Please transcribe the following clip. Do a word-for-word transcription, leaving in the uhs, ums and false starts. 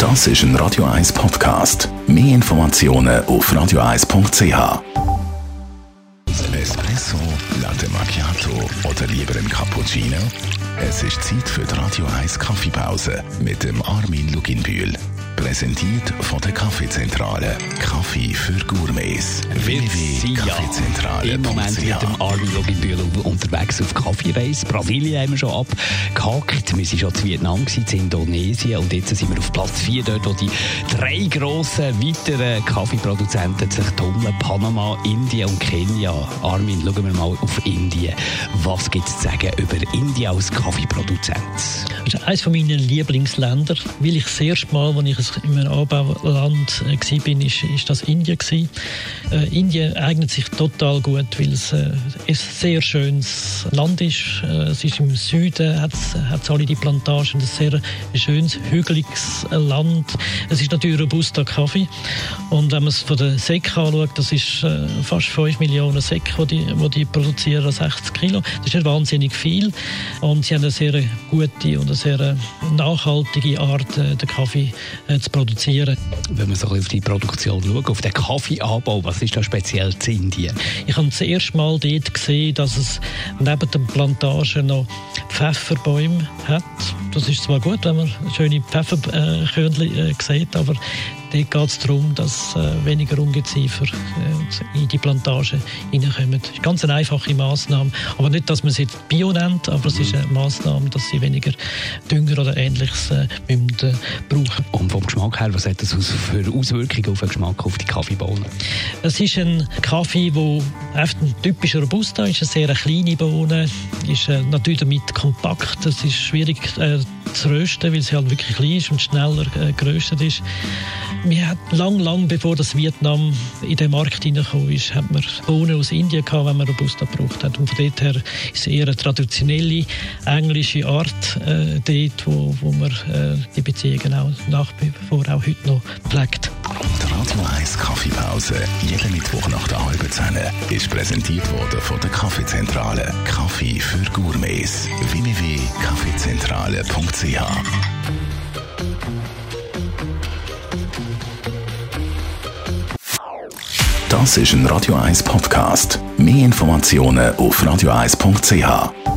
Das ist ein Radio eins Podcast. Mehr Informationen auf radio eins punkt c h. Espresso, Latte Macchiato oder lieber ein Cappuccino? Es ist Zeit für die Radio eins Kaffeepause mit dem Armin Luginbühl. Präsentiert von der Kaffeezentrale. Kaffee für Gourmets. w w w punkt kaffeezentrale punkt c h. Im Moment mit dem Armin Luginbühl unterwegs auf Kaffeereise. Brasilien haben wir schon abgehakt. Wir waren schon in Vietnam, in Indonesien. Und jetzt sind wir auf Platz vier, dort wo die drei grossen weiteren Kaffeeproduzenten sich tummeln. Panama, Indien und Kenia. Armin, schauen wir mal auf Indien. Was gibt es zu sagen über Indien als Kaffeeproduzent? Das ist eines meiner Lieblingsländer, weil ich das erste Mal, als ich in einem Anbauland war, ist, ist das Indien gewesen. Äh, Indien eignet sich total gut, weil es äh, ein sehr schönes Land ist. Äh, es ist im Süden, hat es alle die Plantagen, ein sehr schönes, hügeliges Land. Es ist natürlich robuster Kaffee. Und wenn man es von der Säcke anschaut, das ist äh, fast fünf Millionen Säcke, die, die die produzieren, sechzig Kilo. Das ist nicht wahnsinnig viel. Und sie haben eine sehr gute und eine sehr nachhaltige Art, den Kaffee äh, zu produzieren. Wenn wir so auf die Produktion schauen, auf den Kaffeeanbau, was ist da speziell zu Indien? Ich habe das erste Mal dort gesehen, dass es neben den Plantagen noch Pfefferbäume hat. Das ist zwar gut, wenn man schöne Pfefferkörnchen äh, sieht, aber dort geht es darum, dass äh, weniger Ungeziefer äh, in die Plantage hineinkommen. Das ist ganz eine einfache Massnahme. Aber nicht, dass man sie Bio nennt, aber es ist eine Massnahme, dass sie weniger Dünger oder Ähnliches äh, müssen, äh, brauchen. Und vom Geschmack her, was hat das für Auswirkungen auf den Geschmack auf die Kaffeebohnen? Es ist ein Kaffee, der einfach ein typischer Robusta ist, eine sehr kleine Bohne, ist äh, natürlich damit kompakt. Es ist schwierig äh, zu rösten, weil sie halt wirklich klein ist und schneller äh, geröstet ist. Wir hatten lang, lang bevor das Vietnam in den Markt hineingekommen ist, hat man Bohnen aus Indien gehabt, wenn man Robusta gebraucht hat. Und von dort her ist es eher eine traditionelle englische Art äh, dort, wo, wo man äh, die Beziehungen auch nach wie vor auch heute noch pflegt. Die Radio eins Kaffeepause, jeden Mittwoch nach der halben Zehn, ist präsentiert worden von der Kaffeezentrale. Kaffee für Gourmets. w w w punkt kaffeezentrale punkt c h. Das ist ein Radio eins Podcast. Mehr Informationen auf radio eins punkt c h.